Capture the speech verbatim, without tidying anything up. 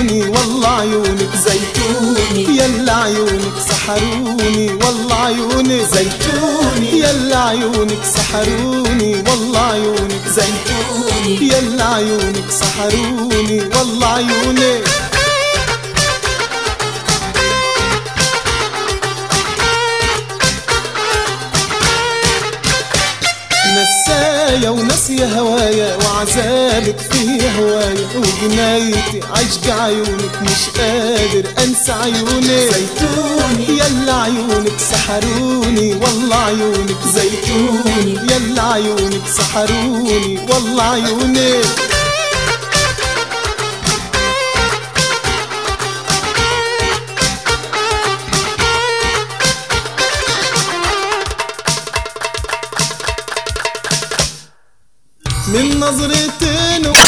سحروني والله عيونك زيتوني، يلا عيونك سحروني والله عيونك زيتوني، يلا عيونك سحروني والله عيونك زيتوني، يلا عيونك سحروني والله عيونك. نسايا وناسية هوايا وعذابك فيه هوايا وجنايتي عشق عيونك مش قادر انسى عيونك زيتوني، يلا عيونك سحروني والله عيونك زيتوني، يلا عيونك سحروني والله عيونك. من نظرتين